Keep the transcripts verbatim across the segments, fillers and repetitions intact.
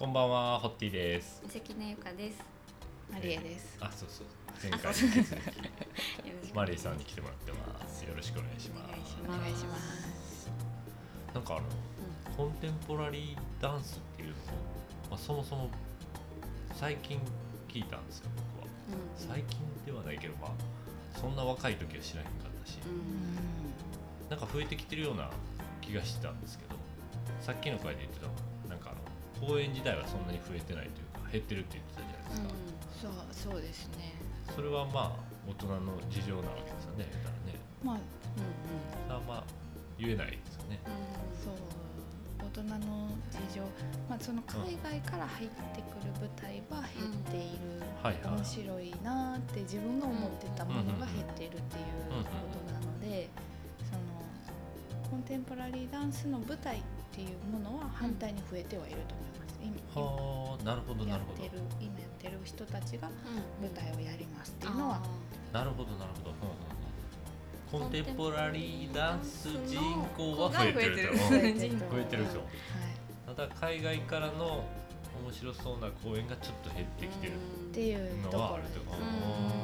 こんばんは、ホッティです。 関根ゆかです。 マリエです。 あ、そうそう。前回に引き続きマリエさんに来てもらってます。よろしくお願いします。 お願いします。 なんかあの、うん、コンテンポラリーダンスっていうのを、まあ、そもそも最近聞いたんですよ、僕は。うん、最近ではないけど、まあそんな若い時は知らへんかったし、うん、なんか増えてきてるような気がしてたんですけど、さっきの回で言ってたのなんかあの公演自体はそんなに増えてないというか減ってるって言ってたじゃないですか。 うん、そうそうですね。 それはまあ大人の事情なわけですよね。言ったらね。 まあ、 うんうん。さあまあ言えないですよね。 うん、そう大人の事情、まあその海外から入ってくる舞台は減っている。うんはいはい、面白いなって自分が思ってたものが減っているっていうことなので、そのコンテンポラリーダンスの舞台っていうものは反対に増えてはいると思います。 今はあ、なるほどなるほど。 やってる今やってる人たちが舞台をやりますっていうのは、 うん、なるほどなるほど。うんうん、コンテンポラリーダンス人口は増えてると増えてる増えてるでしょ。はい、ただ海外からの面白そうな公演がちょっと減ってきてるっていうところです。 なる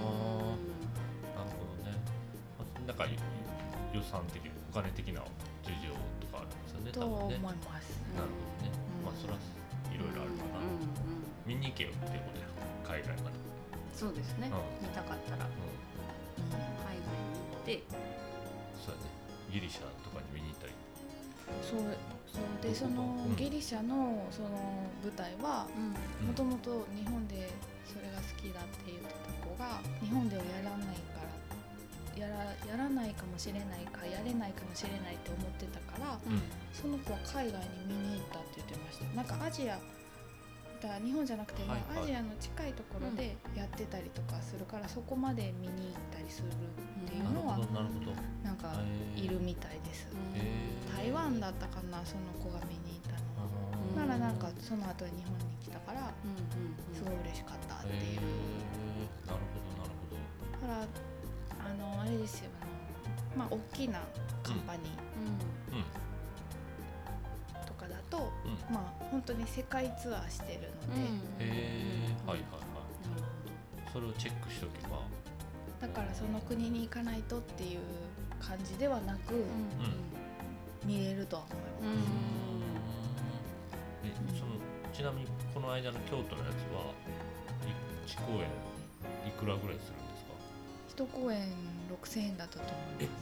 ほどね。なんか予算的お金的な事情とかあるんですよね。 と思いねます。 なるほどね。まあそれはいろいろあるかな。見に行けよっていうことや。海外まで。 そうですね。見たかったら海外に行って。 そうやね。ギリシャとかに見に行ったり。 そうそうでそのギリシャのその舞台はもともと日本でそれが好きだって言ってた子が日本ではやらないからやらやらないかもしれないかやれないかもしれないって思ってたから、うん、その子は海外に見に行ったって言ってました。なんかアジアだ日本じゃなくても、はいはい、アジアの近いところでやってたりとかするから、うん、そこまで見に行ったりするっていうのは、うん、なんかいるみたいです。台湾だったかなその子が見に行ったのは。ならなんかその後日本に来たから、うんうんうん、すごい嬉しかったっていう。 なるほどなるほど。 だからあのあれですよ、あのまあ大きなカンパニー、うんうんとかだと、うん、まあ本当に世界ツアーしてるので、うん、 へーはいはいはい、それをチェックしとけばだからその国に行かないとっていう感じではなく、うんうん、見れるとは思います。 うんえそのちなみにこの間の京都のやつはいち公演いくらぐらいするんですか？ いち公演ろくせんえんだったと思います。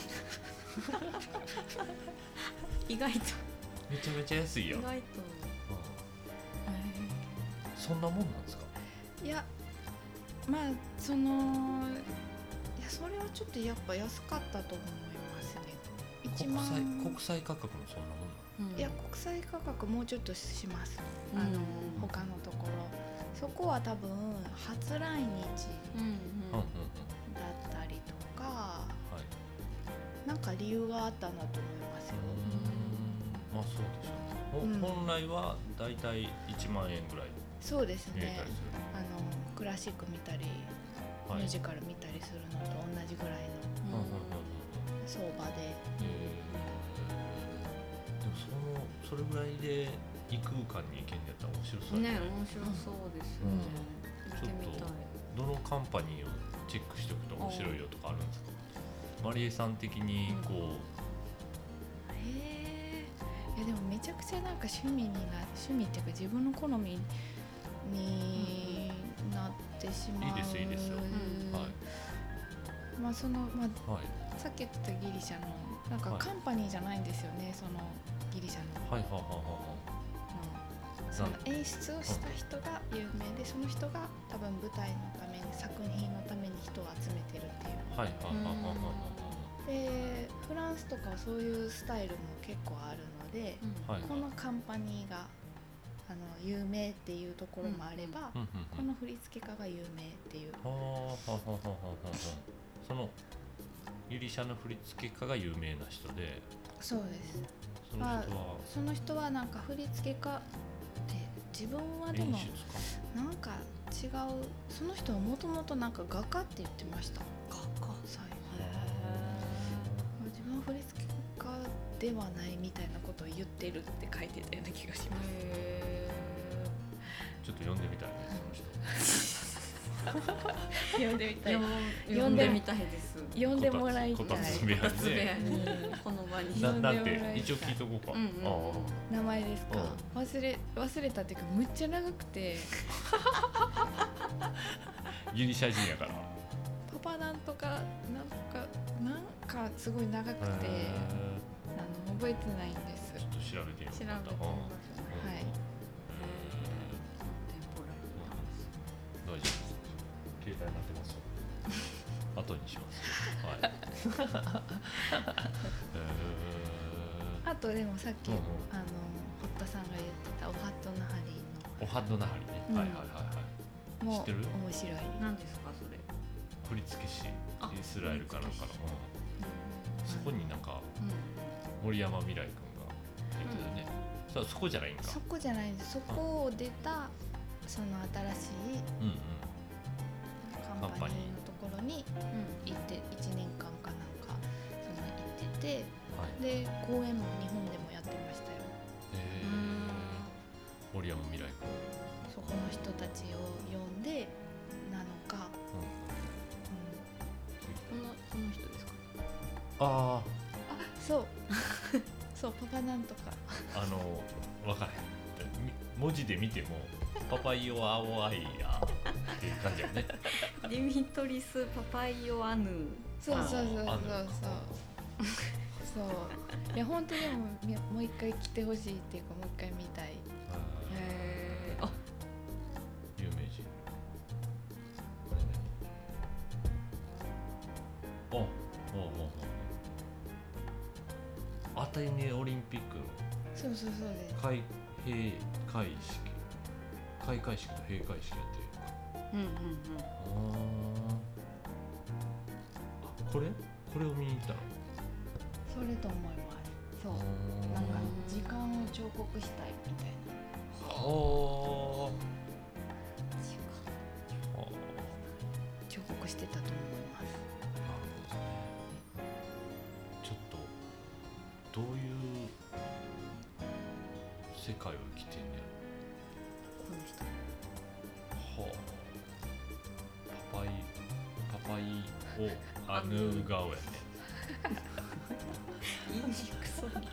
意外とめちゃめちゃ安いよ。 意外と、うん、 そんなもんなんですか？ いやまあそのいやそれはちょっとやっぱ安かったと思いますね。いちまん国際国際価格もそんなもんなの？ いや国際価格もうちょっとします。あの、うん、他のところそこは多分初来日だったりとか、はい、なんか理由があったんだと思いますよ。 まあそうでしょうね、うん、本来はだいたいいちまんえんぐらいそうですね。あのクラシック見たり、はい、ミュージカル見たりするのと同じぐらいの、うん、相場で、えー、でもそのそれぐらいで異空間に行けんやったら面白そうね。ね面白そうですよね、うん、行ってみたい。 どのカンパニーをチェックしておくと面白いよとかあるんですか？マリエさん的にこう、うん、 へえいやでもめちゃくちゃなんか趣味にな趣味っていうか自分の好みになってしまう。 いいですいいですよ、うん、はい。 まあそのまあ、 はい、 さっき言ってたギリシャのなんかカンパニーじゃないんですよね、はい、そのギリシャの。 はいはいはいはい。 その演出をした人が有名で、その人が多分舞台のために作品のために人を集めてるっていう。 はいはいはいはいはい。 でフランスとかはそういうスタイルも結構あるので、うん、このカンパニーがあの有名っていうところもあれば、うんうんうんうん、この振付家が有名っていう。 はあはあはあはあはあ。そのギリシャの振付家が有名な人で。 そうです。 その人は、まあ、 その人はなんか振付家で自分はでもなんか違う。その人はもともとなんか画家って言ってました。 画家最後。自分は振付家ではないみたいなことを言ってるって書いてたような気がします。へちょっと呼んでみたいねその人呼んでみたい。 呼んでみたいです。 呼んでもらいたい。 こたつ部屋にねこの場にななんて一応聞いとこうか、 うんうんうん、 あ名前ですか、忘れ忘れたっていうかむっちゃ長くてギリシャ人やからパパなんとかなんかなんかすごい長くて、あの覚えてないんです。 ちょっと調べてみよう調べてみますね、 はい。 大丈夫です。携帯鳴ってますよ。後にします。はい。えー、 あとでもさっき、 うんうん、 あの堀田さんが言ってたおはっとなはりの。 おはっとなはりね。うん、はいはいはいはい。 もう知ってる？ 面白い。 何ですかそれ？ 振付師イスラエルかなんかの、うん、そこになんか、うん、森山未来君が出てたね。うん、そ, そこじゃないんか。 そこじゃないんです。そこを出たその新しい、うんうん、カンパニーのところに行っていちねんかんかなんかその行ってて、はい、で公演も日本でもやってましたよ。 へー、森山未来君。 そこの人たちを呼んでなのか、うんうん、このこの人ですか？ ああ、 そうそうパパなんとかあの分からへん、文字で見てもパパイオアオアイヤっていう感じやね。 ディミトリス・パパイオアヌ。 そうそうそうそうそうそういや本当にももう一回来てほしいっていうかもう一回見たい。 へー、あ、 有名人これね。あ、おおおアテネオリンピックのそうそうそうです。 開閉会式開会式と閉会式やってる。 うんうんうん。 ああ、これこれを見に行ったの？ それと思います。そうなんか時間を彫刻したいみたいな。 はあ、 時間彫刻してたと思います。 なるほどね。ちょっとどういう世界を生きてんねん。 この人。 はあ、パパイパパイオアヌ顔やね。 言いにくそうに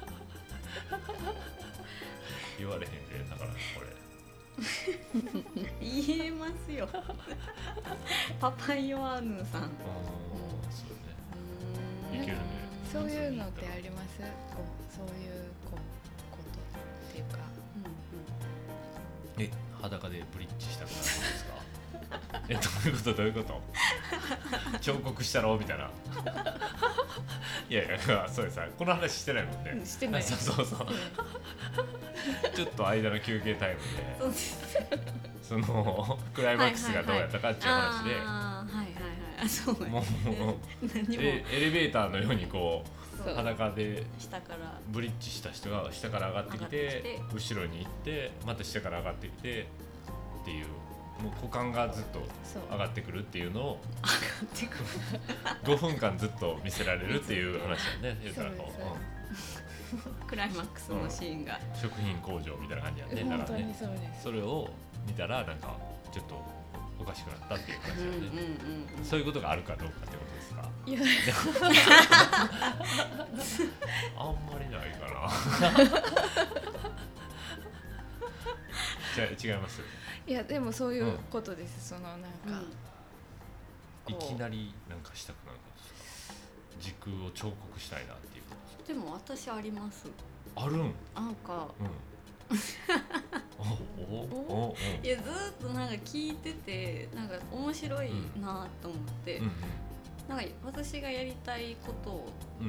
言われへんで、だからこれ言えますよパパイオアヌさん。あ、うん、 そうね、いけるね。 そういうのってあります？こうそういうこうことっていうか、 うんうん、え、裸でブリッジしたくなるんですか？え、どういうことどういうこと彫刻したろみたいな。いやいや、そうです、この話してないもんね。 してない。 そうそうそう。ちょっと間の休憩タイムで、そのクライマックスがどうやったかっていう話で、 ああ、はいはいはい、あ、そうね。 もうエレベーターのようにこう裸で下からブリッジした人が下から上がってきて、後ろに行ってまた下から上がってきてっていう。もう股間がずっと上がってくるっていうのを上がってくるごふんかんずっと見せられるっていう話だね。言うたらこうクライマックスのシーンが、 うん、食品工場みたいな感じやね。だからね、 そうです。 それを見たらなんかちょっとおかしくなったっていう話だね。うんうんうんうん、そういうことがあるかどうかってことですか？ いやあんまりないかな。じゃ違います。 いやでもそういうことです、うん、そのなんか、 うん、いきなりなんかしたくなるんですか？時空を彫刻したいなっていうことですか？ でも私あります。 あるん？ なんか、 うん、おおおおいやずっとなんか聞いててなんか面白いなと思って、うんうん、なんか私がやりたいこと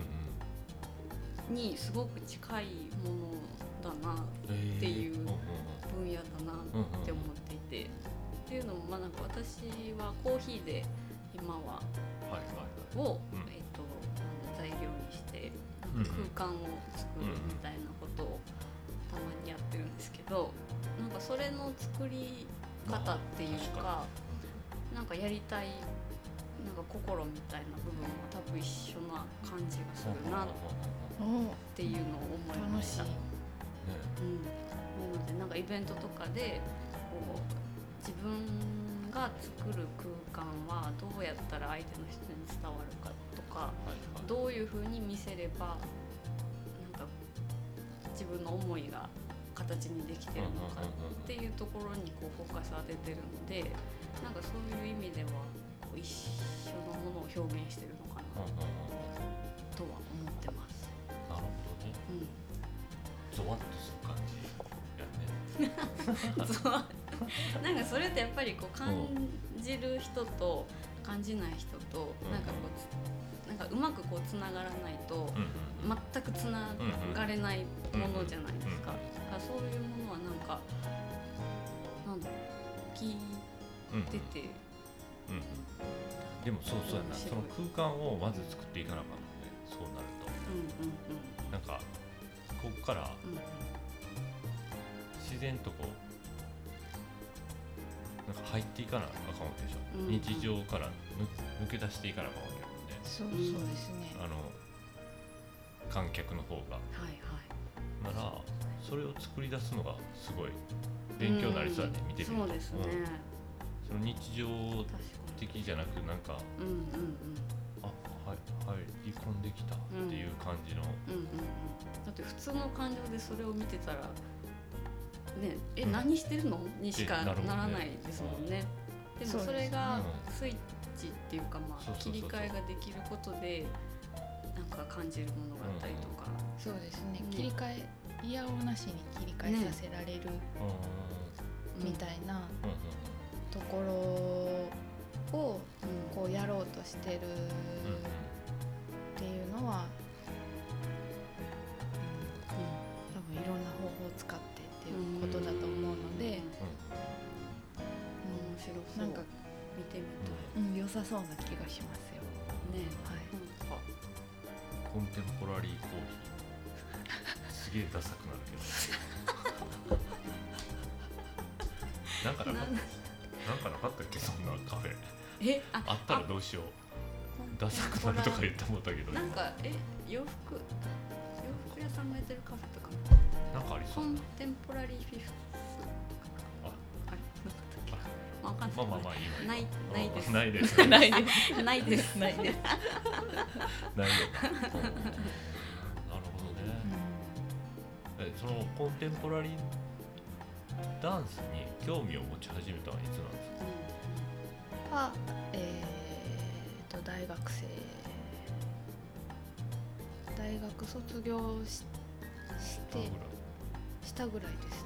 にすごく近いものだなっていう分野だなって思っていて、っていうのもまあなんか私はコーヒーで今はをえっと材料にして空間を作るみたいなことをたまにやってるんですけど、なんかそれの作り方っていうかなんかやりたいなんか心みたいな部分も多分一緒な感じがするなっていうのを思いました。うん、なのでなんかイベントとかでこう自分が作る空間はどうやったら相手の人に伝わるかとか、はいはい、どういう風に見せればなんか自分の思いが形にできてるのかっていうところにこうフォーカス当ててるので、なんかそういう意味ではこう一緒のものを表現してるのかなとは思ってます。 なるほどね、うん、ゾワッとする感じやねゾワなんかそれってやっぱりこう感じる人と感じない人となんかこうなんかうまくこうつながらないと全くつながれないものじゃないですか。だからそういうものはなんかなんだろう聞いてて、 うんうん、でもそうそうやな、その空間をまず作っていかなかったね、そうなると、うんうんうん、なんかここから、うん、自然とこうなんか入っていかなあかんわけでしょ、うんうん、日常から抜け出していかなあかんわけなんで、 そうそうですね、 あの観客の方が、はいはい、ならそれを作り出すのがすごい勉強になりそうだね、うん、見てみると。 そうですね、 うん、その日常的じゃなくなんか、うんうんうん、あ、はい、入り込んできたっていう感じの、うんうんうんうん、 だって普通の感情でそれを見てたらね、え、うん、何してるのにしかならないですもんね。でもそれがスイッチっていうか、まあ、切り替えができることでなんか感じるものがあったりとか、 うん、そうですね、切り替えいやおうなしに切り替えさせられる、ね、みたいなところをこうやろうとしてるっていうのは、うん、多分いろんな方法を使ってっていうことだと思うので、うん、面白そう、なんか見てみたい、 うん、良さそうな気がしますよね。はい、 なんかコンテンポラリーコーヒーすげえダサくなるけどなんかなかったなんかなかったっけ、そんなカフェえ あ, あったらどうしよう、ダサくなるとか言ってもったけど、 なんかえ洋服洋服屋さんがやってるカフェとかなんかありそう、 コンテンポラリーフィフスああれなんかったっけ、まあまあまあまあいいわ、 ないないですないです、 ないですないですないですないよななるほどね、うん、えそのコンテンポラリーダンスに興味を持ち始めたのはいつなんですか？ うん、はえー、と大学生大学卒業 し, してしたぐらいですね。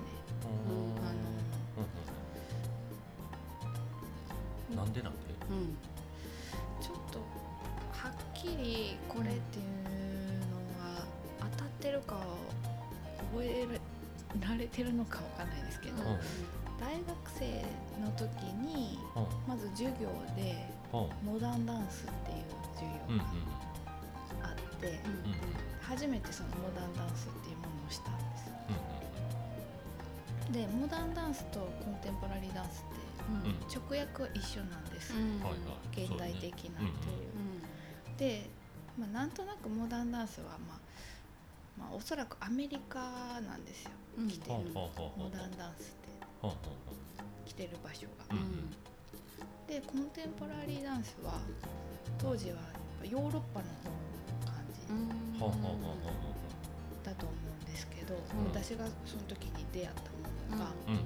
あの、うんうん、なんでなんで、うん、 ちょっとはっきりこれっていうのが当たってるか覚えられてるのかわかんないですけど、うん、大学生の時に、うん、まず授業で、うん、モダンダンスっていう授業があって、うんうん、初めてそのモダンダンスっていうものをしたんです、うん、でモダンダンスとコンテンポラリーダンスって、うん、直訳は一緒なんです、うん、現代的なっていう、うん、で、まあ、なんとなくモダンダンスは、まあまあ、おそらくアメリカなんですよ、来てる、うん、モダンダンスって来てる場所が、うん、でコンテンポラリーダンスは当時はやっぱヨーロッパの方の感じ、うん、だと思うんですけど、うん、私がその時に出会ったものが、うん、あの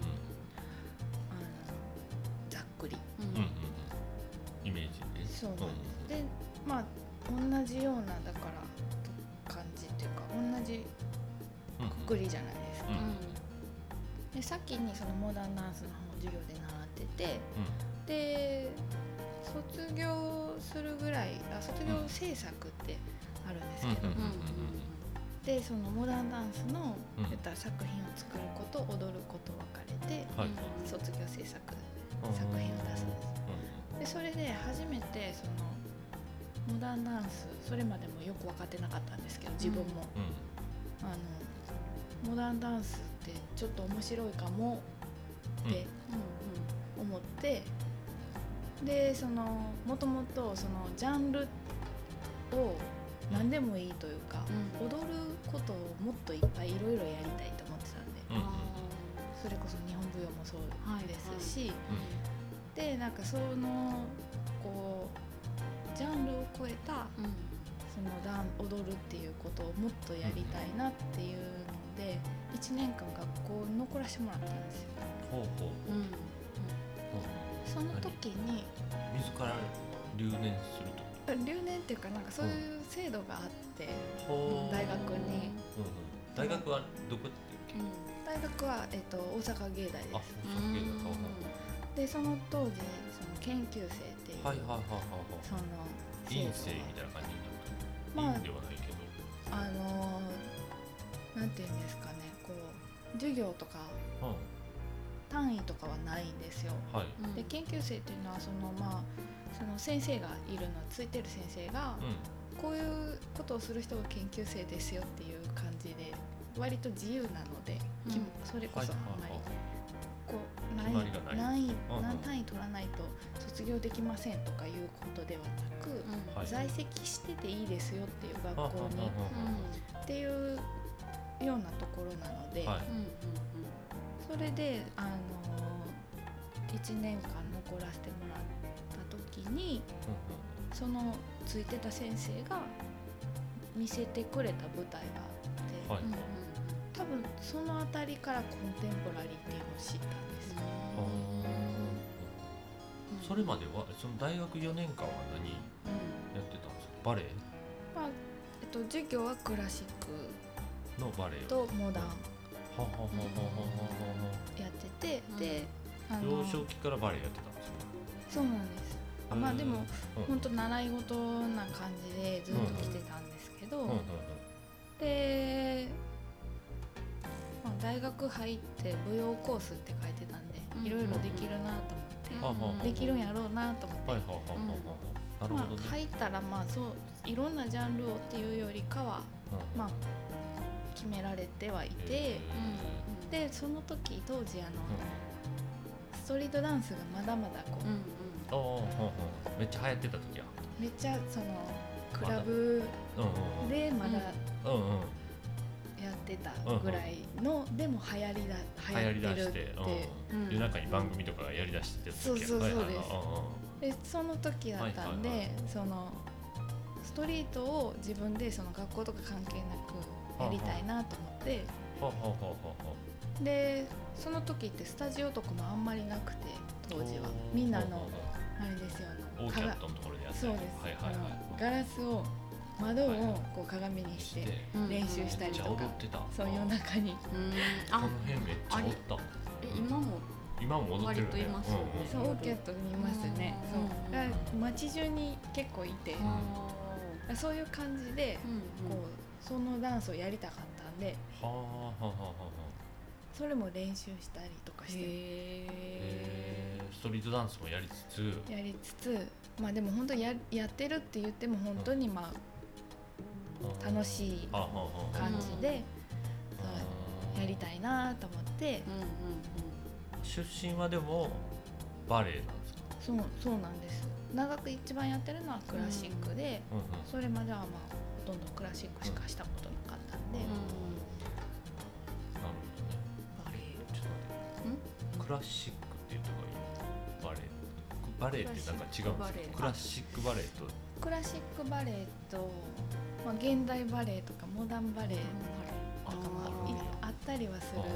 ざっくり、うんうん、 イメージで、 そうなんです、でまあ同じようなだから感じっていうか同じくくりじゃないですか、うん、で先にそのモダンダンスの方授業で習ってて、うん、で卒業するぐらいあ卒業制作ってあるんですけど、でそのモダンダンスの、うん、言ったら作品を作ること踊ること分かれて、うん、卒業制作作品を出すんです、うん、でそれで初めてそのモダンダンスそれまでもよく分かってなかったんですけど自分も、うん、あのモダンダンスってちょっと面白いかもって思って、うん、でそのもともとそのジャンルを何でもいいというか、うん、踊ることをもっといっぱいいろいろやりたいと思ってたんで、うん、 それこそ日本舞踊もそうですし、 はいはい、 でなんかそのこうジャンルを超えた、うん、そのダン踊るっていうことをもっとやりたいなっていうのでいちねんかん学校に残らせてもらったんですよ。 ほうほうほう、うん、 その時に自ら留年すると留年っていうかなんかそういう制度があって、うん、大学に、 うんうん、大学はどこって言うっけ、うん、大学は、えっと、大阪芸大です。 あ、大阪芸大か。 でその当時その研究生っていう、 はいはいはいはい、 その院生みたいな感じになると、まあ、院ではないけどあのなんていうんですかね、こう授業とか、うん、単位とかはないんですよ、はい、で研究生っていうのはそのまあその先生がいるのついてる先生が、うん、こういうことをする人が研究生ですよっていう感じで割と自由なので、うん、それこそあんまりこう何位何単位取らないと卒業できませんとかいうことではなく、うん、在籍してていいですよっていう学校に、うん、っていうようなところなので、はい、それであのいちねんかん残らせてもらった時に、うん、そのついてた先生が見せてくれた舞台があって、はい、うん、多分そのあたりからコンテンポラリーっていうのを知ったんです。 うん、それまではその大学よねんかんは何やってたんですか？バレエ？ まあえっと、授業はクラシックのバレエとモダンやってて、 うん、 であの幼少期からバレエやってたんですか？ そうなんです。あ、まあでも、うん、本当習い事な感じでずっと来てたんですけど、うんうん、で大学入って舞踊コースって書いてたんで、いろいろできるなと思って、うん、できるんやろうなと思って、まあ入ったらまあそういろんなジャンルをっていうよりかは、うん、まあ決められてはいて、うん、でその時当時あの、うん、ストリートダンスがまだまだこう、 うんうん、めっちゃ流行ってた時や。 めっちゃそのクラブでまだ、うんうんうんやってたぐらいの、うんうん、でも流行りだ流行ってるって、うんうん、夜中に番組とかやりだしてた時、 そうそうそうです、はいはいはい、でその時だったんで、はいはいはい、そのストリートを自分でその学校とか関係なくやりたいなと思って、はははははでその時ってスタジオとかもあんまりなくて当時はみんなのあれですよ、 オーキャットのところでやってた。 そうです、はいはいはい、ガラスを窓をこう鏡にして練習したりとか、 踊ってた。 そういう中に、 うん、あ、この辺めっちゃ踊った。 え、今も今も踊ってるね。 割といますよね。 そう、オーキャットにいますね。そう、だから街中に結構いて、うん、そういう感じで、うん、こうそのダンスをやりたかったんで、はあはあはあはあ、それも練習したりとかして、 へー、ストリートダンスもやりつつやりつつ、まあでも本当ややってるって言っても本当にまあ、うん、楽しい感じで、うん、やりたいなと思って、うんうんうん、 出身はでもバレエなんですか？ そう、そうなんです。長く一番やってるのはクラシックで、うんうんうん、それまではまあほとんどクラシックしかしたことなかったんで、うんうん、 なるほどね。バレエちょっと待って、クラシックって言った方がいい？バレエバレエってなんか違うんですか？クラシックバレエとクラシックバレエと、まあ、現代バレエとかモダンバレエとかも あ, あったりはするの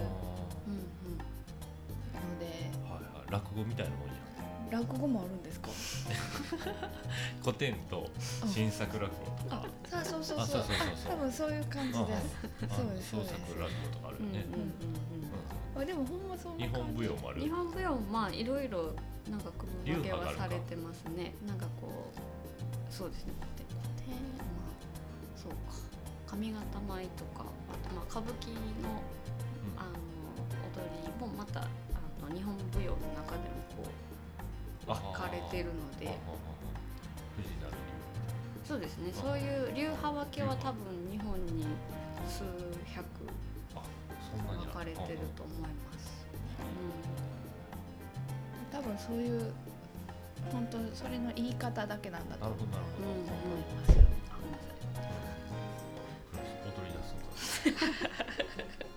で、 はいはい、落語みたいなもんじゃん。落語もあるんですか？ 古典と新作落語とか。 あ、そうそうそうそう。多分そういう感じです。そうです。 創作落語とかあるよね。 あ、でもほんまそう。 日本舞踊もある。 日本舞踊もまあいろいろなんか組み分けはされてますね。なんかこうそうですね。古典、まあそうか。上方舞とか、あとまあ歌舞伎の、うん、あの踊りもまたあの日本舞踊の中でもこう分かれてるので。そうですね。そういう流派分けは多分日本に数百分かれてると思います。 うん、多分そういう本当それの言い方だけなんだと思いますよ。 踊り出すんだ。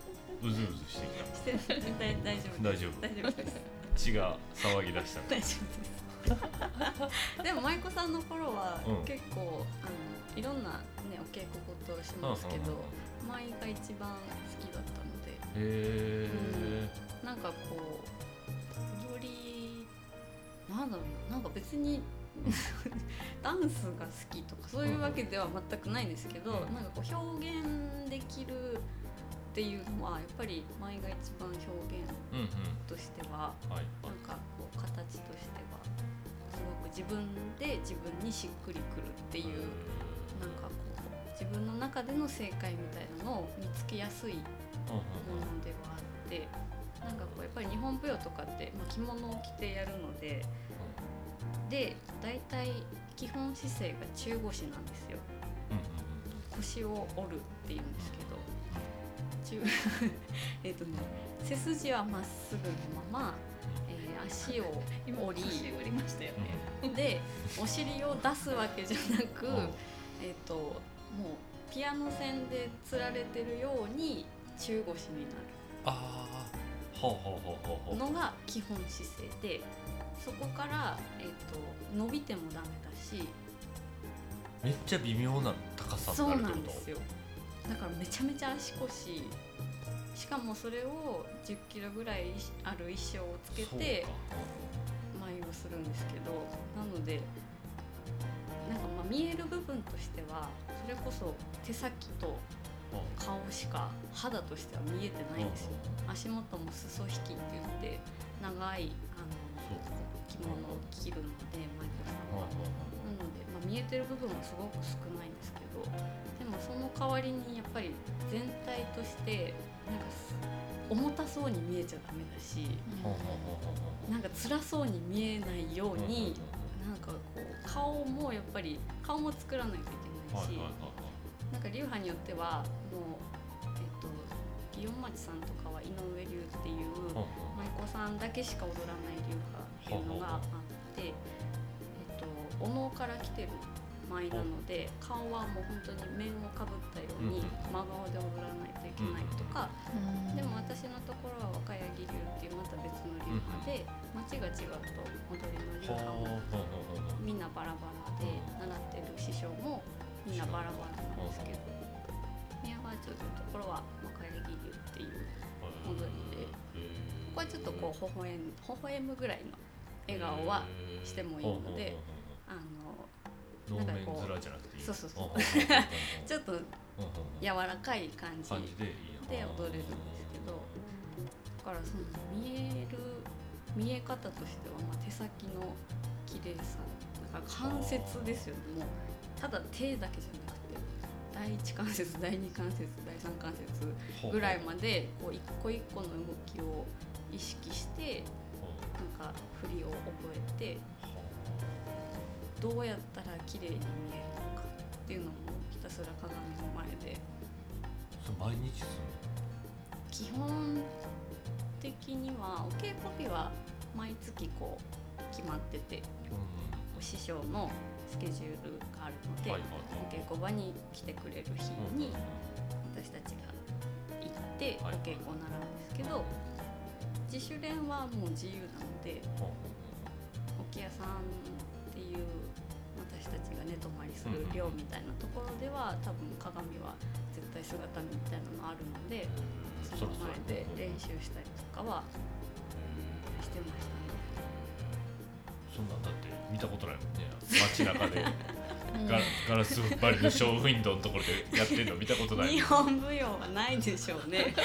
うずうずしてきた。 して大大丈夫大丈夫大丈夫です。 血が騒ぎ出した。 大丈夫です。でも舞妓さんの頃は結構、うん、あのいろんなねお稽古事をしますけど、舞が一番好きだったので。へえ、 うん。なんかこう踊りなんだろうな、なんか別にダンスが好きとかそういうわけでは全くないんですけど、うん、なんかこう表現できるっていうのはやっぱり舞が一番表現としては、うんうん、なんかこう形としてはすごく自分で自分にしっくりくるっていう、なんかこう自分の中での正解みたいなのを見つけやすいものではあって、なんかこうやっぱり日本舞踊とかって、まあ、着物を着てやるので、で大体基本姿勢が中腰なんですよ、うんうんうん、腰を折るっていうんですけど、中えっとね背筋はまっすぐのまま、えー、足を折り腰折りましたよねでお尻を出すわけじゃなく、えっともうピアノ線でつられてるように中腰になるあほうほうほうほうほうのが基本姿勢で、そこから、えー、と伸びてもダメだし、 めっちゃ微妙な高さになるってこと。そうなんですよ。 だからめちゃめちゃ足腰、しかもそれをじゅっキロぐらいある衣装をつけて舞をするんですけど、なのでなんかまあ見える部分としてはそれこそ手先と顔しか肌としては見えてないんですよ。足元も裾引きって言って長いあの着物を着るので舞妓さんは、なので、まあ、見えてる部分もすごく少ないんですけど、でもその代わりにやっぱり全体としてなんか重たそうに見えちゃダメだし、うん、なんか辛そうに見えないように、なんかこう顔もやっぱり顔も作らないといけないし、なんか流派によってはもう、えっと、祇園町さんとかは井上流っていう舞妓さんだけしか踊らない流派っていうのがあって、えっと、お能から来てる舞なので顔はもう本当に面をかぶったように真顔で踊らないといけないとか、でも私のところは若柳流っていうまた別の流派で町が違うと踊りの流派もみんなバラバラで習ってる師匠もみんなバラバラなんですけど、宮川町というところは若柳流っていう踊りで、ここはちょっとこう微笑む、微笑むぐらいの笑顔はしてもいいので、あの能面面じゃなくていい、 そうそうそうちょっと柔らかい感じで踊れるんですけど、だからその見える見え方としては、まあ、手先の綺麗さだから関節ですよね。もうただ手だけじゃなくて第一関節第二関節第三関節ぐらいまでこう一個一個の動きを意識してなんか振りを覚えてどうやったら綺麗に見えるのかっていうのもひたすら鏡の前で。 それ毎日するの？ 基本的にはお稽古日は毎月こう決まってて、うん、師匠のスケジュールがあるので、はいはいはい、お稽古場に来てくれる日に私たちが行ってお稽古を習うんですけど、自主練はもう自由なので、置屋さんっていう私たちが寝泊まりする寮みたいなところでは多分鏡は絶対姿みたいなのあるので、その前で練習したりとかはしてましたね。 そんなんだって見たことないもんね。街中でガ, ガラス張りのショーウィンドウのところでやってるの見たことない。 日本舞踊はないでしょうね。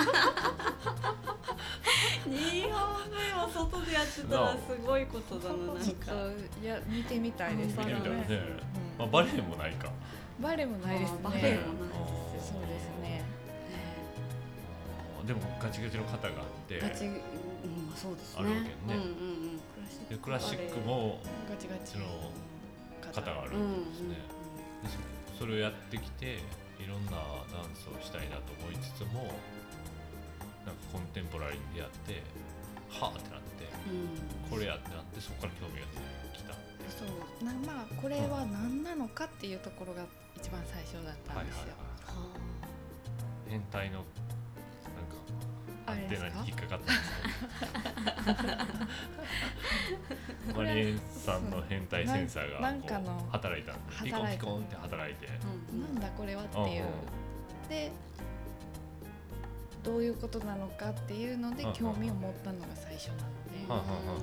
日本舞踊外でやってたらすごいことだな。なんかいや見てみたいですね。見てみたいね。うん、まあ、バレエもないか。 バレエもないですね。 バレエもないです。 そうですね。 でもガチガチの型があってガチ、うん、そうですね。 あるわけね。 うんうんうん、 でクラシックもガチガチの型があるんですね。うんうんうん、でそれをやってきていろんなダンスをしたいなと思いつつも、なんかコンテンポラリーでやってはぁってなって、うん、これやってなってそこから興味が出てきた。 そうな、まあこれは何なのかっていうところが一番最初だったんですよ。 はいはいはい、変態のなんかアンテナに引っかかったんですよマリエンさんの変態センサーがこう働いたんでピコンピコンって働いて、 うん、なんだこれはっていう、でどういうことなのかっていうので興味を持ったのが最初なので、 なる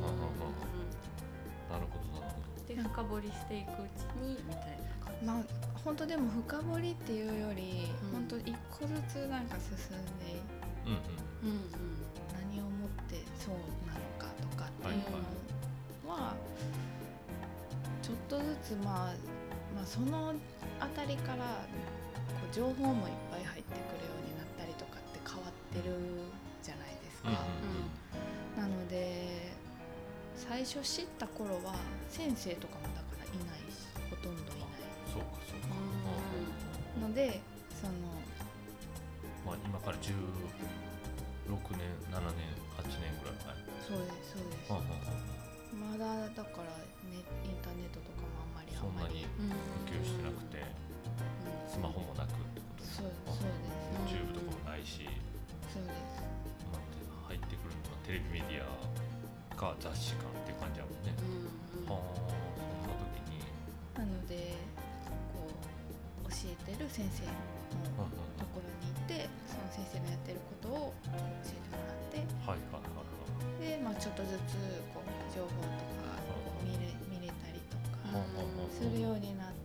ほどなるほど。 で深掘りしていくうちにみたいな感じ。 まあ本当でも深掘りっていうより、うん、本当一個ずつなんか進んで、うんうん、何をもってそうなのかとかっていうのは、はいはい、ちょっとずつまあまあそのあたりからこう情報もいっぱい入ってくるようになったりとかって変わってるじゃないですか。うんうん、なので最初知った頃は先生とかもだからいないしほとんどいない。 そうかそうか。 のでそのまあ今からじゅうろくねんななねんはちねんぐらい前。 そうですそうです。はははまだだから、ね、インターネットとかもあんまりあんまり普及してなくて、うん、スマホもなくってことです。 そうそうです。 YouTube とかもないし、 そうです。 まあ、入ってくるのはテレビメディアか雑誌かっていう感じだもんね。うんうん、はあそんな時になのでこう教えてる先生のところに行って、その先生がやってることを教えてもらって、はいはいはいはい、で、まあ、ちょっとずつこう情報とかこう見れ、見れたりとかするようになって、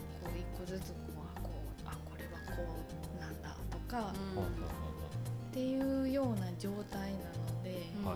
こう一個ずつこうあこうあこれはこうなんだとか、うん、っていうような状態なので、うん、ま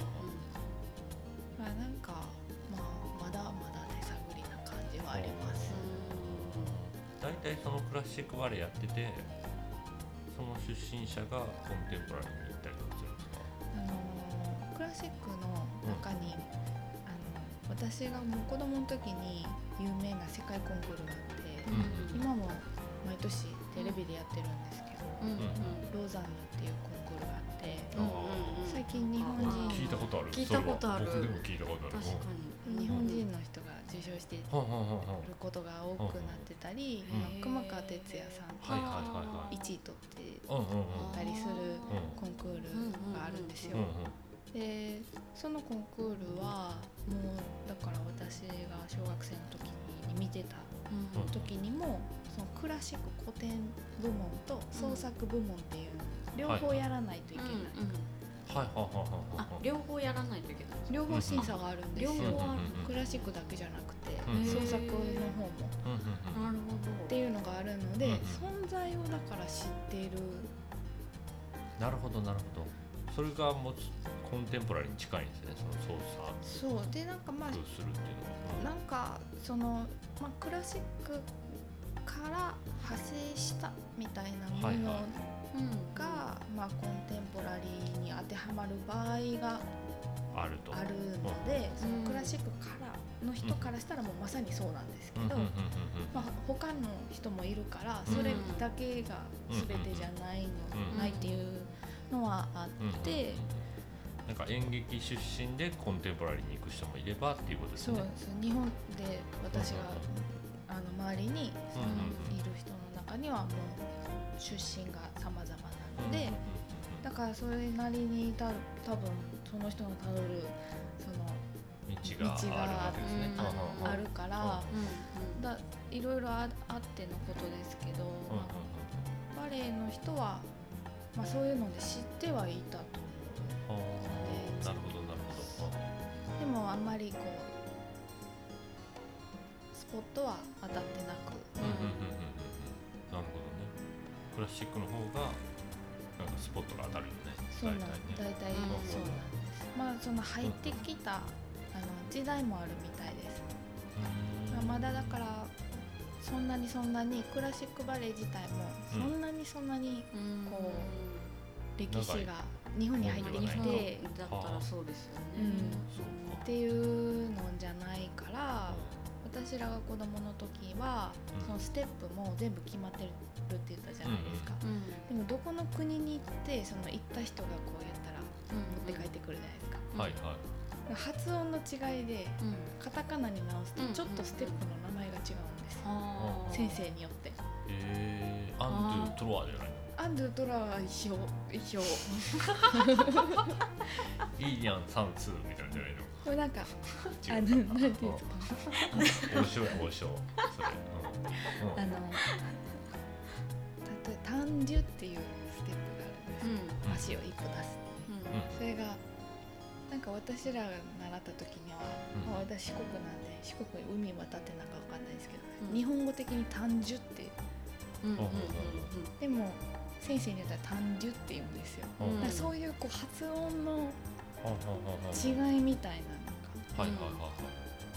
あなんか、まあ、まだまだ手探りな感じはあります。 だいたいそのクラシックバレエやってて、その出身者がコンテンポラリーに行ったりとかするんですか？ あのクラシックの中に、うん、あの私がもう子供の時に有名な世界コンクールがあって、うん、今も毎年テレビでやってるんですけど、うんうん、ローザンヌっていうコンクールがあって、うんうん、最近日本人聞いたことある聞いたことある僕でも聞いたことある。 確かに日本人の人が受賞していることが多くなってたり、熊川哲也さんといちい取ってたりするコンクールがあるんですよ。でそのコンクールはもうだから私が小学生の時に見てた時にもそのクラシック古典部門と創作部門っていう両方やらないといけない。 はいはいはいはいあ、両方やらないといけない。 両方審査があるんですよ。 両方ある。 クラシックだけじゃなくて、創作の方も、 なるほどっていうのがあるので、存在をだから知っている。 なるほどなるほど。それが持つコンテンポラリーに近いんですね。その操作。 そうでなんかまあするっていうのは。 なんかそのまあクラシックから派生したみたいなもの。はいはいが、まあ、コンテンポラリーに当てはまる場合があるとあるので、そのクラシックからの人からしたらもうまさにそうなんですけど、まあ、他の人もいるからそれだけが全てじゃないの、ないっていうのはあって、 なんか演劇出身でコンテンポラリーに行く人もいればっていうことですね。 そうです。日本で私があの周りにそのいる人の中にはもう出身が様々なので、だからそれなりにた多分その人のたどるその道があるわけですね。 あるから、だいろいろあってのことですけど、まあ、バレエの人は、まあ、そういうので知ってはいたと思うので、 なるほどなるほど。 でもあんまりこうスポットは当たってなく、 なるほどね。クラシックの方がなんかスポットが当たるよね。 そうなん大体、ね、そうなんです。まあその入ってきた、あの時代もあるみたいです。まだだからそんなにそんなにクラシックバレエ自体もそんなにそんなにこう歴史が日本に入ってきてだったらそうですよね、 うん、っていうのじゃないから、私らが子供の時はそのステップも全部決まってるって言ったじゃないですか、うんうん、でもどこの国に行ってその行った人がこう言ったら持って帰ってくるじゃないですか、 はいはい、 発音の違いで、うん、カタカナに直すとちょっとステップの名前が違うんです、うん、先生によって。 えー、アンドゥトロワじゃないの？ アンドゥトラは一緒一緒いいやんサンツーみたいなんじゃないの。 これなんかあのなんていうんですか。 王将や王将。それ。 うんうん、あの例えば単純っていうステップがあるんです。うん、足を一歩出す。うん、それがなんか私らが習った時には、うん、まあ、私四国なんで四国に海渡ってなんかわかんないですけど、うん、日本語的に単純って、うんうんうんうん、でも先生に言ったら単純って言うんですよ。うん、だからそういうこう発音の違いみたいなのが、はいはいはいはい、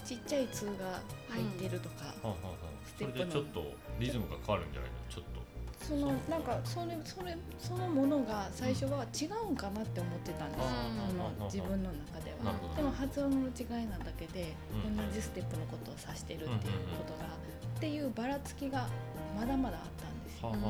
ちっちゃい「つ」が入ってるとか、うん、 ステップのそれでちょっとリズムが変わるんじゃないの。ちょっとそのなんかそれそれそのものが最初は違うんかなって思ってたんですよ、うん、あの自分の中では。でも発音の違いなだけで、うん、同じステップのことを指してるっていうことが、うん、っていうばらつきがまだまだあったんですよ。うん、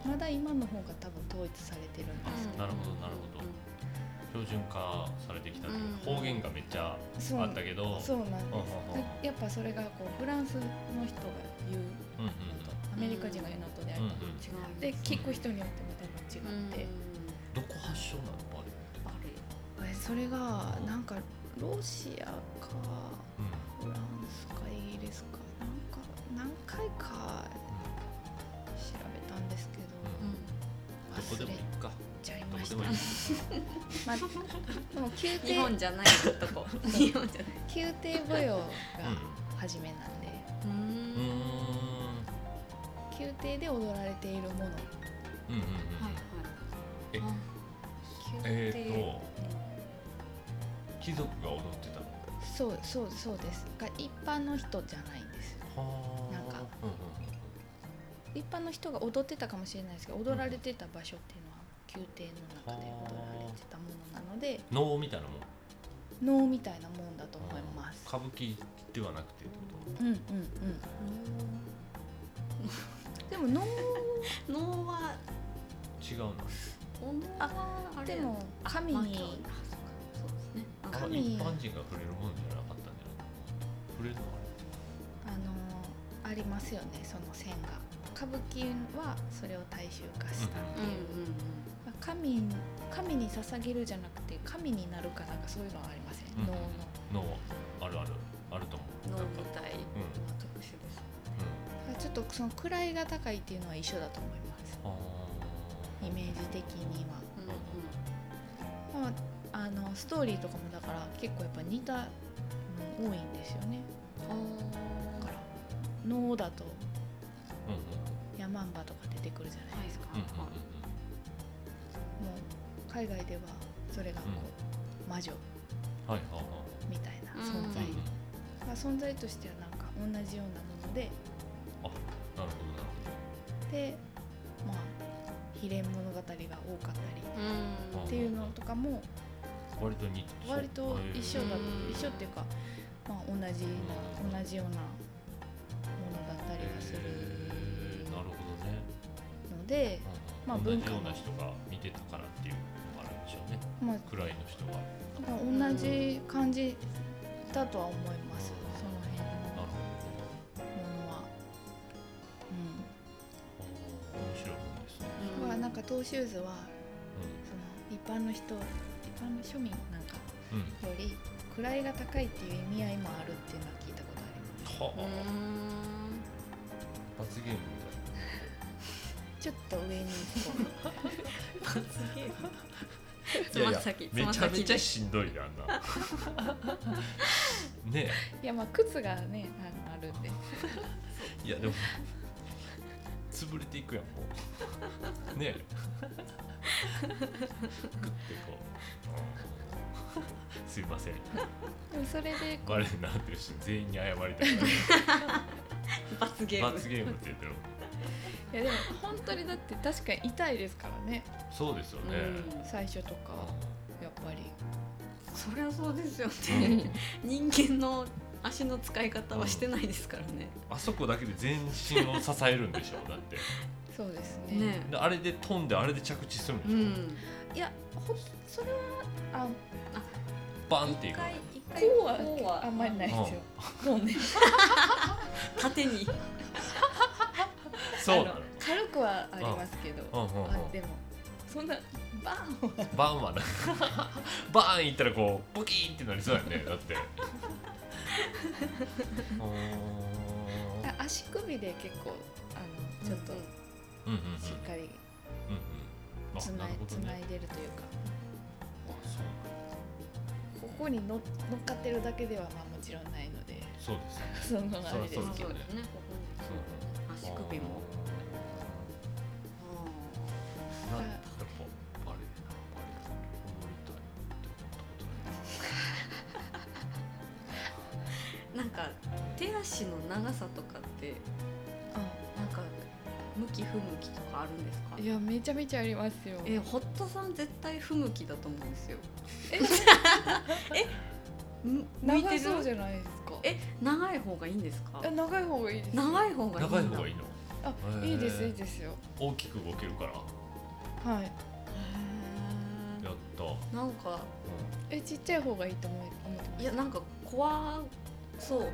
まだ今の方が多分統一されてるんですけど、 なるほどなるほど、標準化されてきたというか、方言がめっちゃあったけど、 そうなんです。やっぱそれがこうフランスの人が言うのと、アメリカ人が言うのとであると違う、で聞く人によっても多分違って、 どこ発祥なのあれ。 あれそれがなんかロシアかフランスかイギリスかなんか何回か調べたんですけど、 どこでもいいか。 ちゃいました。まあ、でも宮廷日本じゃないとこ。日本じゃない。 宮廷舞踊が初めなんで、うん、宮廷で踊られているもの。うんうんうん。はいはい。ええー、と貴族が踊ってたの。 そうそうそうです。が一般の人じゃないんです。なんか、うんうん、一般の人が踊ってたかもしれないですけど、踊られてた場所っていうのは宮廷の中で踊られてたものなので、 能みたいなもん能みたいなもんだと思います。 歌舞伎ではなくてってこと。うんうんうんでも能能は違うな。 ああでも神に、まあ、そうですね、神一般人が触れるものじゃなかったんじゃないか。触れるのあれあのありますよね、その線が。歌舞伎はそれを大衆化したっていう、うんうんうん、神, 神に捧げるじゃなくて神になるかなんかそういうのはありません、うん、能の能あるあるあると思う。 能みたい、うん、特殊です、 うん、ちょっとその位が高いっていうのは一緒だと思います。イメージ的には、うんうん、まあ、あのストーリーとかもだから結構やっぱ似たの多いんですよね。だから能だと、うんうん、ヤマンバとか出てくるじゃないですか、はい、もう海外ではそれがこう、うん、魔女みたいな存在、うんうん、まあ、存在としてはなんか同じようなもので、 あ、なるほどなるほど。で、 まあ秘伝物語が多かったりっていうのとかも割と似割と一緒だ一緒っていうか、まあ、同じな同じようなものだったりはする。 なるほどね。 ので、まあ、 文化同じような人が見てたからっていうのがあるんでしょうね、まあ、位の人が、 まあ、同じ感じだとは思います、その辺のものは。 うん、面白いもんですね。 だからなんかトーシューズは、うん、その一般の人一般の庶民なんかより位が高いっていう意味合いもあるっていうのは聞いたことあります。はあ、 罰ゲームみたいな。 ちょっと上にこう罰ゲームいやいやめちゃめちゃしんどいやんなねえ。いやまあ靴がね あ, あるんでいやでも潰れていくやんもうねえグッてこうすいません。 でもそれでバレエなんてるし全員に謝りたい罰ゲーム罰ゲームって言ってる。 いやでも本当にだって確かに痛いですからね。 そうですよね、 うん、最初とかやっぱりそりゃそうですよね、うん、人間の足の使い方はしてないですからね、 うん、あそこだけで全身を支えるんでしょだってそうですね。ねであれで飛んであれで着地するんでしょ、うん、 いやほそれはああバンっていくこうはあんまりないですよ、もうね縦にそう軽くはありますけど、 うんうんうんうん、 あでもそんなバーンはバーンはなバーンいったらこうボキーンってなりそうやねだって足首で結構あのちょっとしっかりつない、つないでるというか、 あ、そうここにの乗っかってるだけではまあもちろんないので、 そうですね、 そのあれですけどね、 ここに足首もああ、なんだやっぱバレエなバレエ踊りたいって思ったことないなんか手足の長さとかってなんか向き不向きとかあるんですか？ いやめちゃめちゃありますよ。 え、堀田さん絶対不向きだと思うんですよ。ええ長そうじゃないですか。 え、長い方がいいんですか？ え、長い方がいいです。 長い方がいいんだ。 長い方がいいの？ あ、いいですいいですよ。 大きく動けるから。 はい。 やった。 なんか、 うん、えちっちゃい方がいいと思い思ってます。 いやなんか怖そう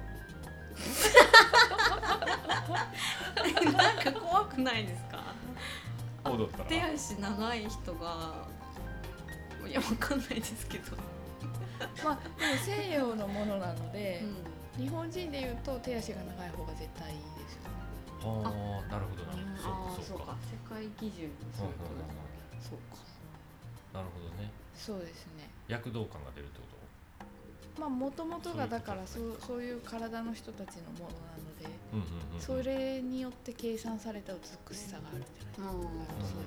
なんか怖くないですか？ 踊ったら手足長い人がいやわかんないですけどまあでも西洋のものなので、 うん、 日本人でいうと手足が長い方が絶対いいですよね。 ああ、なるほどな。 ああ、そうか。世界基準そういうことだ。そうか。 なるほどね。 そうですね。 躍動感が出るってこと？ まあもともとがだからそうそういう体の人たちのものなので、 うんうんうん、 それによって計算された美しさがあるんじゃないですか。 うん、そう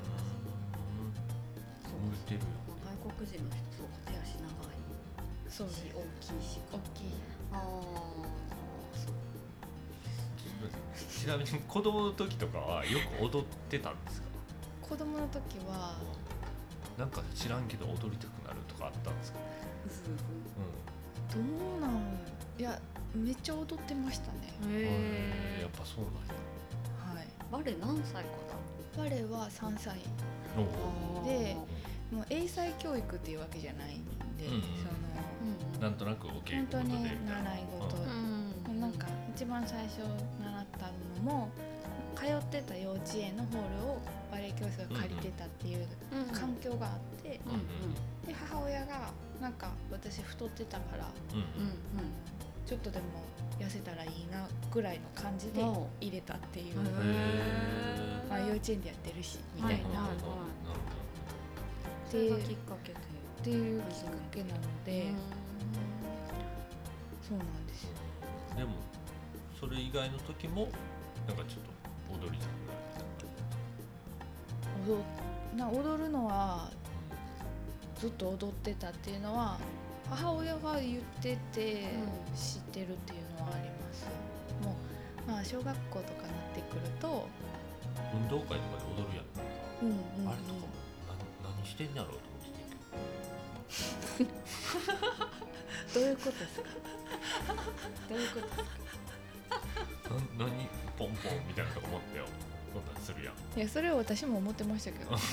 向いてるよ。外国人の人そうか、手足長い。 そうです。 大きいし。 大きい。 ああ、そう。 ちなみに子供の時とかはよく踊ってたんですか？ 子供の時はなんか知らんけど踊りたくなるとかあったんですか？ うん、どうなん、いやめっちゃ踊ってましたね。 へえ、やっぱそうなんや。はい。 バレエ何歳かな？バレエはさんさいで、もう英才教育っていうわけじゃないんで、うん、その、うん、なんとなくお稽古事でみたいな、 習い事、うん、なんか一番最初習ったのも通ってた幼稚園のホールをバレエ教室が借りてたっていう環境があって、うんうん、で母親がなんか私太ってたから、うんうん、ちょっとでも痩せたらいいなぐらいの感じで入れたっていう、まあ、幼稚園でやってるしみたいな、 それがきっかけでっていうきっかけなので、そうなんですよ。 でもそれ以外の時もなんかちょっと踊りたくなる。踊な踊るのはずっと踊ってたっていうのは母親が言ってて知ってるっていうのはあります。もうまあ小学校とかになってくると運動会とかで踊るやん。 うんうんうん、 あれとかも何、何してんやろうと思ってどういうことですか？どういうことですか？ な何ポンポンみたいなとか思ってよ。そんなんするやん。 いやそれは私も思ってましたけど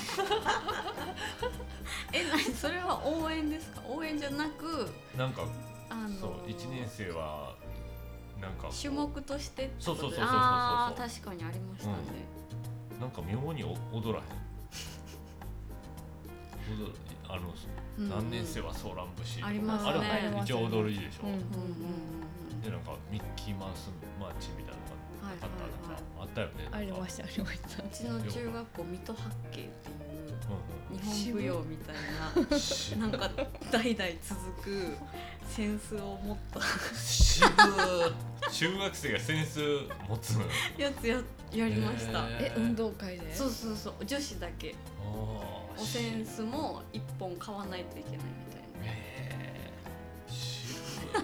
え、何それは応援ですか？応援じゃなくなんか、 あのー、 そういちねん生はなんか種目としてってことで、そうそうそうそうそう、 あー確かにありましたね、 うん、なんか妙に踊らへん踊るあの、うん、何年生はソーラン節ありますね。 あれは一応踊りでしょ、 うんうんうんうん、でなんかミッキーマウスマーチみたいなのがあった、はいはいはい、あったよね。 ありましたありました。 うちの中学校水戸八景っていう日本舞踊みたいななんか代々続くセンスを持った渋中学生がセンス持つやつ や, やりました。 え運動会で？ そうそうそう、女子だけおセンスも一本買わないといけないみたいな。 えー、渋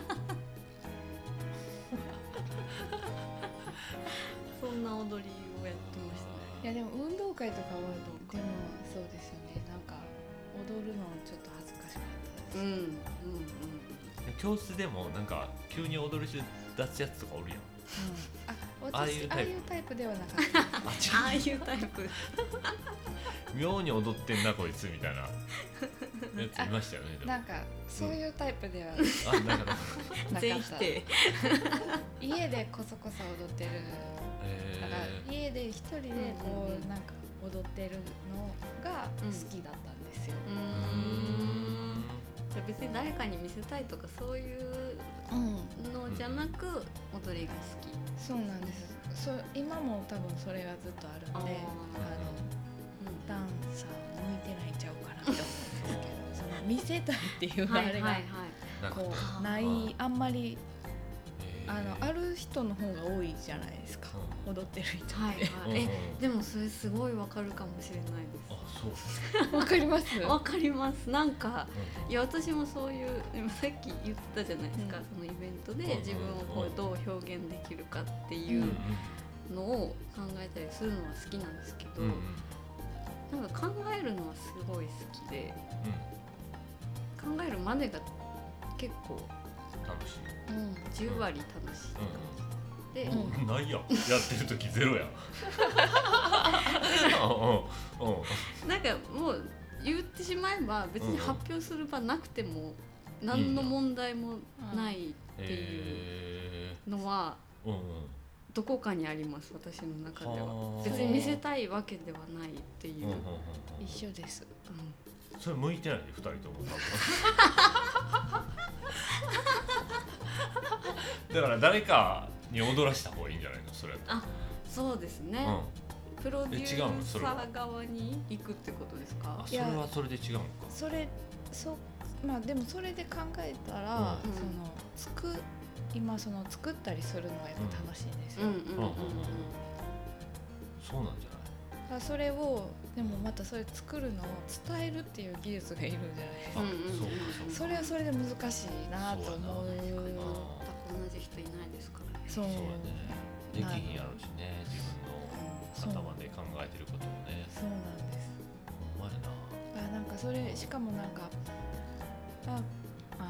そんな踊りをやってましたね。 いやでも運動会とかはでもそうですよね。なんか踊るのちょっと恥ずかしかったです。うんうんうん。 教室でもなんか急に踊り出すやつとかおるやん。 うん、あ, 私ああいうタイプああいうタイプではなかったです。 ああいうタイプ。 妙に踊ってんなこいつみたいなやついましたよね。 なんかそういうタイプでは、うん、 あなんか全否定。 家でこそこそ踊ってるだから家で一人でこうなんか踊ってるのが好きだったんですよ。 うん、じゃあ別に誰かに見せたいとかそういうのじゃなく踊りが好き、 うん、そうなんです。そ今も多分それがずっとあるんで、あの、うん、ダンサー向いてないんちゃうかなって思うんですけどその見せたいっていうあれがこうないあんまりあのある人の方が多いじゃないですか、うん、踊ってる人って、はいはい、えでもそれすごいわかるかもしれないです。 あ、そうわかりますわかります。なんか、うん、いや私もそういうさっき言ったじゃないですか、うん、そのイベントで自分をこうどう表現できるかっていうのを考えたりするのは好きなんですけど、うん、なんか考えるのはすごい好きで、うん、考えるまでが結構楽しい、 うん、じゅう割楽しい、 うん、で、うん、ないやんやってる時ゼロやんなんかもう言ってしまえば別に発表する場なくても何の問題もないっていうのはどこかにあります。私の中では別に見せたいわけではないっていう、 一緒です、 うん、それ向いてないでふたりともだから誰かに踊らした方がいいんじゃないのそれ。 あ、そうですね、うん、プロデューサー側に行くってことですか。 あ、それはそれで違うのか。 それそまあでもそれで考えたら、うん、そのつく今その作ったりするのがやっぱ楽しいんですよ。 そうなんじゃない。 だからそれをでもまたそれ作るのを伝えるっていう技術がいるんじゃないですか。うんうん、それはそれで難しいなと思う。 同じ人いないですからね。 そうね。 できひんやろうしね、自分の頭で考えてることもね。 そうなんです。 ほんまやな。 あ、なんかそれしかもなんかああ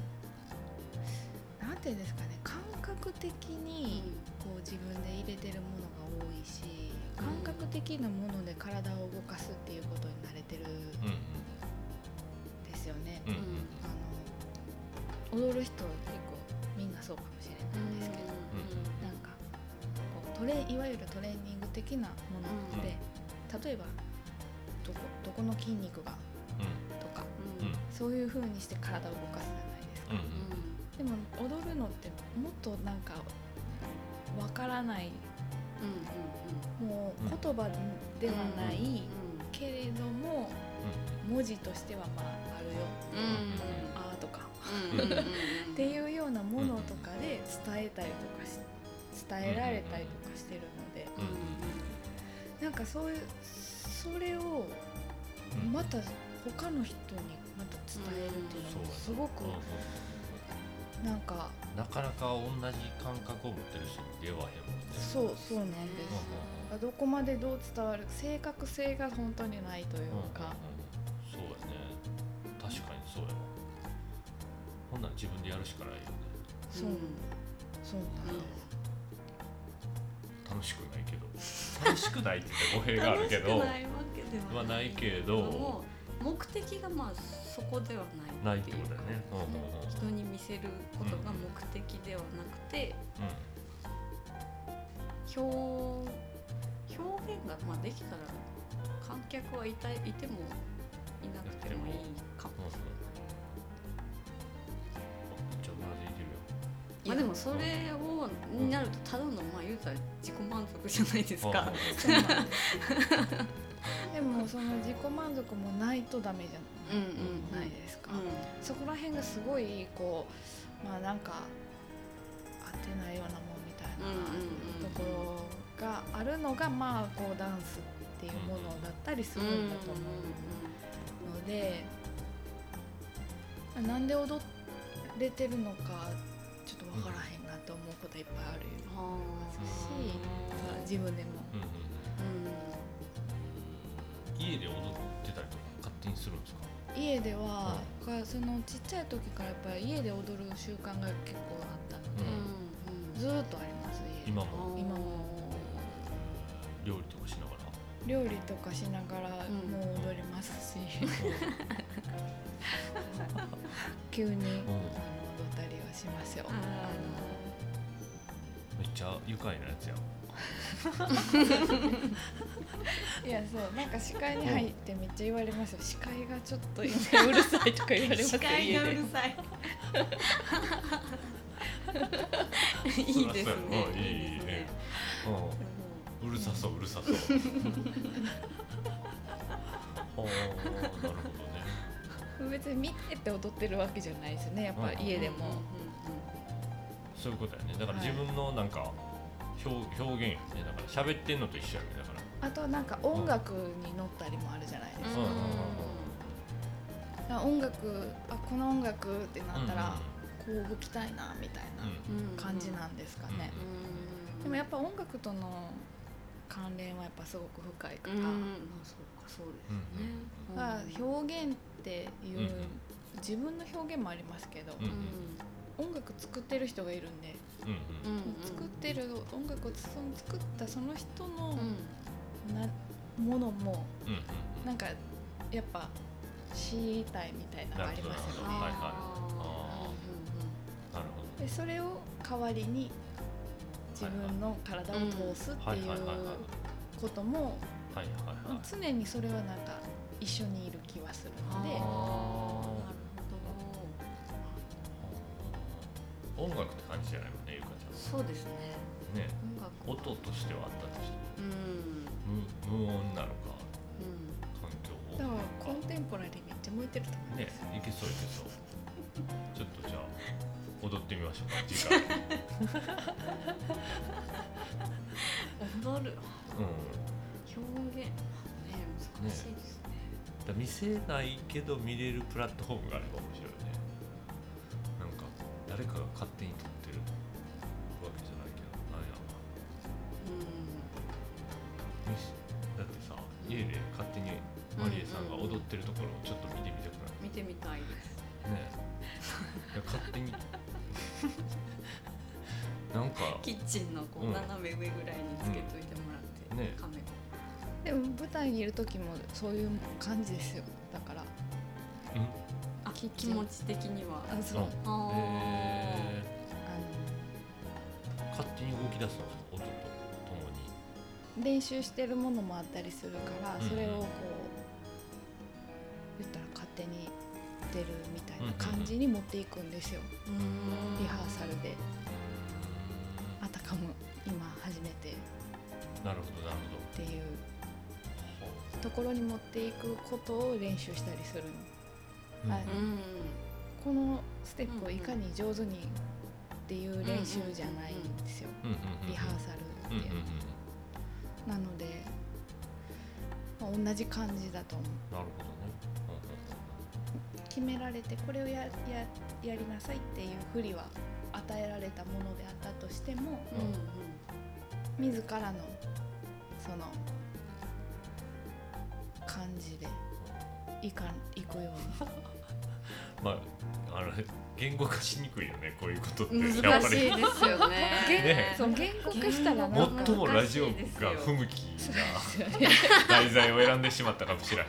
のなんていうんですかね、感覚的にこう自分で入れてるものが多いし、感覚的なもので体を動かすっていうことに慣れてるんですよね。うんうん、あの踊る人は結構みんなそうかもしれないんですけど、うん、なんかこうトレいわゆるトレーニング的なもので、うん、例えばどこどこの筋肉が、うん、とか、うん、そういう風にして体を動かすじゃないですか。うん、でも踊るのってもっとなんかわからない、うんうんうん、もう言葉ではない、うんうん、けれども、うん、文字としてはまああるよ、うんうん、あーとかっていうようなものとかで伝えたりとかし伝えられたりとかしてるので、うん、なんかそういうそれをまた他の人にまた伝えるっていうのもすごくなんかなかなか同じ感覚を持ってる人に出会わへんもんね。 そうそうなんです。どこまでどう伝わる正確性が本当にないというか、 うんうんうん、そうやね。確かにそうやわ。ほんなら自分でやるしかないよね。 そう、うん、そうなんです、 うん、楽しくないけど楽しくないって言って語弊があるけど楽しくないわけではない、 ないけど目的がまあそこではないっていうか、 ないってことだよね、うんうんうん、 人に見せることが目的ではなくて、うん、表表現がまあできたら観客はいたいてもいなくてもいいかもしれない。まあでもそれをになるとただのまあ言うたら自己満足じゃないですか。 でもその自己満足もないとダメじゃないですか。うんうんうん、そこら辺がすごいこうまあなんか合ってないようなもんみたいなところがあるのがまあこうダンスっていうものだったりするんだと思うので、なんで踊れてるのかちょっと分からへんなと思うこといっぱいあるますし、まあ、自分でも、うんうん、家で踊ってたりとか勝手にするんですか？ 家では、うん、そのちっちゃい時からやっぱり家で踊る習慣が結構あったので、うんうん、ずーっとあります家で。 今も今も料理とかしながら料理とかしながらもう踊りますし、うん、急に、うん、踊ったりはしますよ。あのめっちゃ愉快なやつやん。 いやそうなんか視界に入ってめっちゃ言われますよ。視界がちょっとうるさいとか言われますよ。 視界がうるさいいいですね。 いいね。うるさそううるさそう。ああなるほどね。 別に見てて踊ってるわけじゃないですね。やっぱ家でも。 そういうことやね。だから自分のなんか表表現やね。だから喋ってんのと一緒やね。だから。 あとなんか音楽に乗ったりもあるじゃないですか。だから音楽あこの音楽ってなったらこう動きたいなみたいな感じなんですかね。でもやっぱ音楽との関連はやっぱすごく深いから。 うん、そうかそうですね。 だから表現っていう自分の表現もありますけど、音楽作ってる人がいるんで、作ってる音楽を作ったその人のなものもなんかやっぱ知りたいみたいなのがありますよね。でそれを代わりに自分の体を通すっていうことも常にそれはなんか一緒にいる気はするので。 音楽って感じじゃないもんね、ゆかちゃん。 そうですね。 ね、音としてはあったとして、無無音なのか、環境を。 だからコンテンポラリーめっちゃ向いてると思うんですよ。 ね、いけそういけそう。ちょっとじゃあ踊ってみましょうか。時間。 踊る。表現ね難しいですね。 だ見せないけど見れるプラットフォームがあれば面白いよね。なんか誰かが勝手に撮ってるわけじゃないけど、なんやろうな。だってさ、家で勝手にマリエさんが踊ってるところをちょっと見てみたくない？ 見てみたいです。 ねえ。いや勝手になんかキッチンのこう斜め上ぐらいにつけといてもらって、うん、ね、カメラ。 でも舞台にいる時もそういう感じですよ。だから、 うん、あ気持ち的にはあそう、 あえー、あの勝手に動き出すの音とともに練習してるものもあったりするから、うん、それをこう言ったら勝手に出るみたいな感じに持っていくんですよ、うん、リハーサルで。あたかも今初めてなるほどなるほどっていうところに持っていくことを練習したりするの、うんはい、このステップをいかに上手にっていう練習じゃないんですよ、リハーサルっていうのなので、まあ、同じ感じだと思う。 なるほどね、 うん、決められてこれを や, や, やりなさいっていうふりは与えられたものであったとしても、うんうん、自らのその感じでいかいくようにまああの言語化しにくいよね、こういうことって。 難しいですよね。 ねそう言語化したら最もラジオが不向きな題材を選んでしまったかもしれない。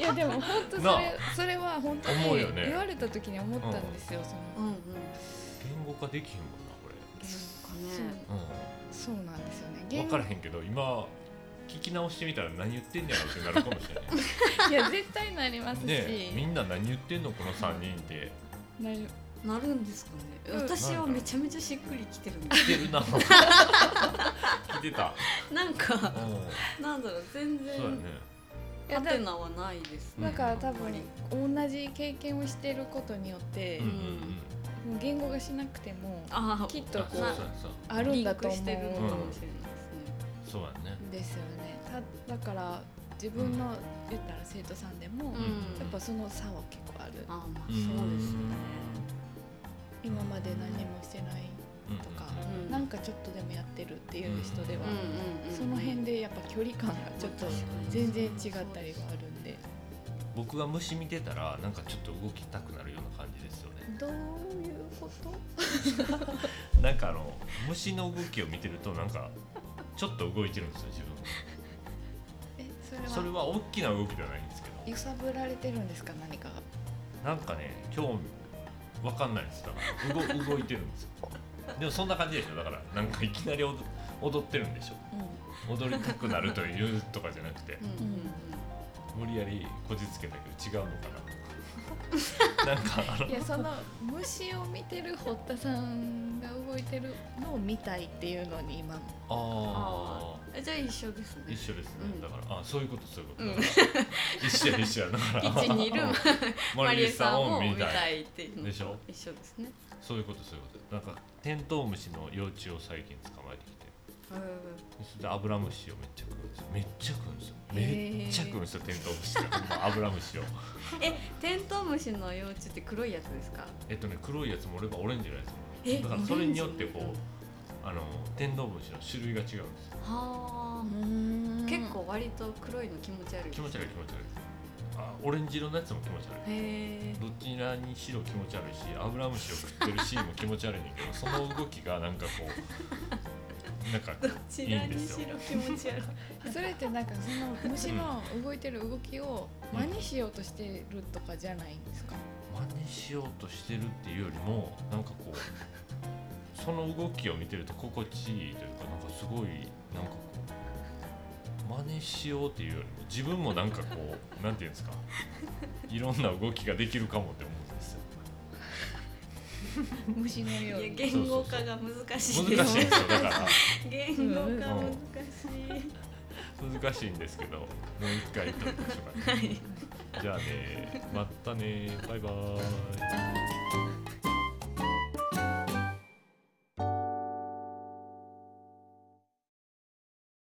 いやでも本当それそれは本当に言われた時に思ったんですよ。 うん、 そのうんうん、言語化できへんもんなこれ。 言語化ね。 そう、うん、そうなんですよね。 分からへんけど今聞き直してみたら何言ってんねやろってなるかもしれない。いや絶対なりますし、 ね、みんな何言ってんのこのさんにんってなるなるんですかね。私はめちゃめちゃしっくりきてるんです。来てるな。来てた。 なんかなんだろう全然。そうだね。ハテナはないですね。 だから多分同じ経験をしていることによって、うんうんうん、言語がしなくてもきっとこうあるんだと思う。 してるのかもしれないですね。 そうだね。 ですよね。ただから自分の言ったら生徒さんでも、うん、やっぱその差は結構ある。 あ、まあそうですよね。 今まで何もしてないとか、うん、なんかちょっとでもやってるっていう人では、うん、その辺でやっぱ距離感がちょっと全然違ったりがあるんで。 僕が虫見てたらなんかちょっと動きたくなるような感じですよね。 どういうこと？ なんかあの虫の動きを見てるとなんかちょっと動いてるんですよ自分。 え、それはそれは大きな動きではないんですけど。 揺さぶられてるんですか、何かが。 なんかね、興味わかんないです。だから動, 動いてるんですよ。でもそんな感じでしょ。だからなんかいきなり踊踊ってるんでしょ、うん、踊りたくなるというとかじゃなくて、うん、無理やりこじつけたけど違うのかななんかあのいやその虫を見てる堀田さんが動いてるのを見たいっていうのに今ああじゃあ一緒ですね一緒ですね、うん、だからあそういうことそういうこと、うん、一緒や一緒やだから基地にいるマリエさんを見たいっていうのとでしょ一緒ですねそういうことそういうことなんかテントウムシの幼虫を最近捕まえてきてそれでアブラムシをめっちゃ食うんですよめっちゃ食うんですよめっちゃ食うんですよテントウムシがアブラムシをえテントウムシの幼虫って黒いやつですかえっとね黒いやつもおればオレンジのやつもだからそれによってこうあのテントウムシの種類が違うんですよはあ結構割と黒いの気持ち悪い気持ち悪い気持ち悪いあオレンジ色のやつも気持ち悪いへどちらにしろ気持ち悪いしアブラムシを食ってるシーンも気持ち悪いねんけどその動きがなんかこうなんかどちらにしろ気持ち悪いそれってなんかその虫の動いてる動きを真似しようとしてるとかじゃないんですか、 うん、真似しようとしてるっていうよりもなんかこうその動きを見てると心地いいというかなんかすごいなんかこう真似しようっていうよりも自分もなんかこうなんていうんですかいろんな動きができるかもって思うんですよ虫のようにいや言語化が難しい難しいんですよだから言語化難しい、 うん、難しいんですけどもう一回撮りましょうかね、はい、じゃあねまたねバイバーイ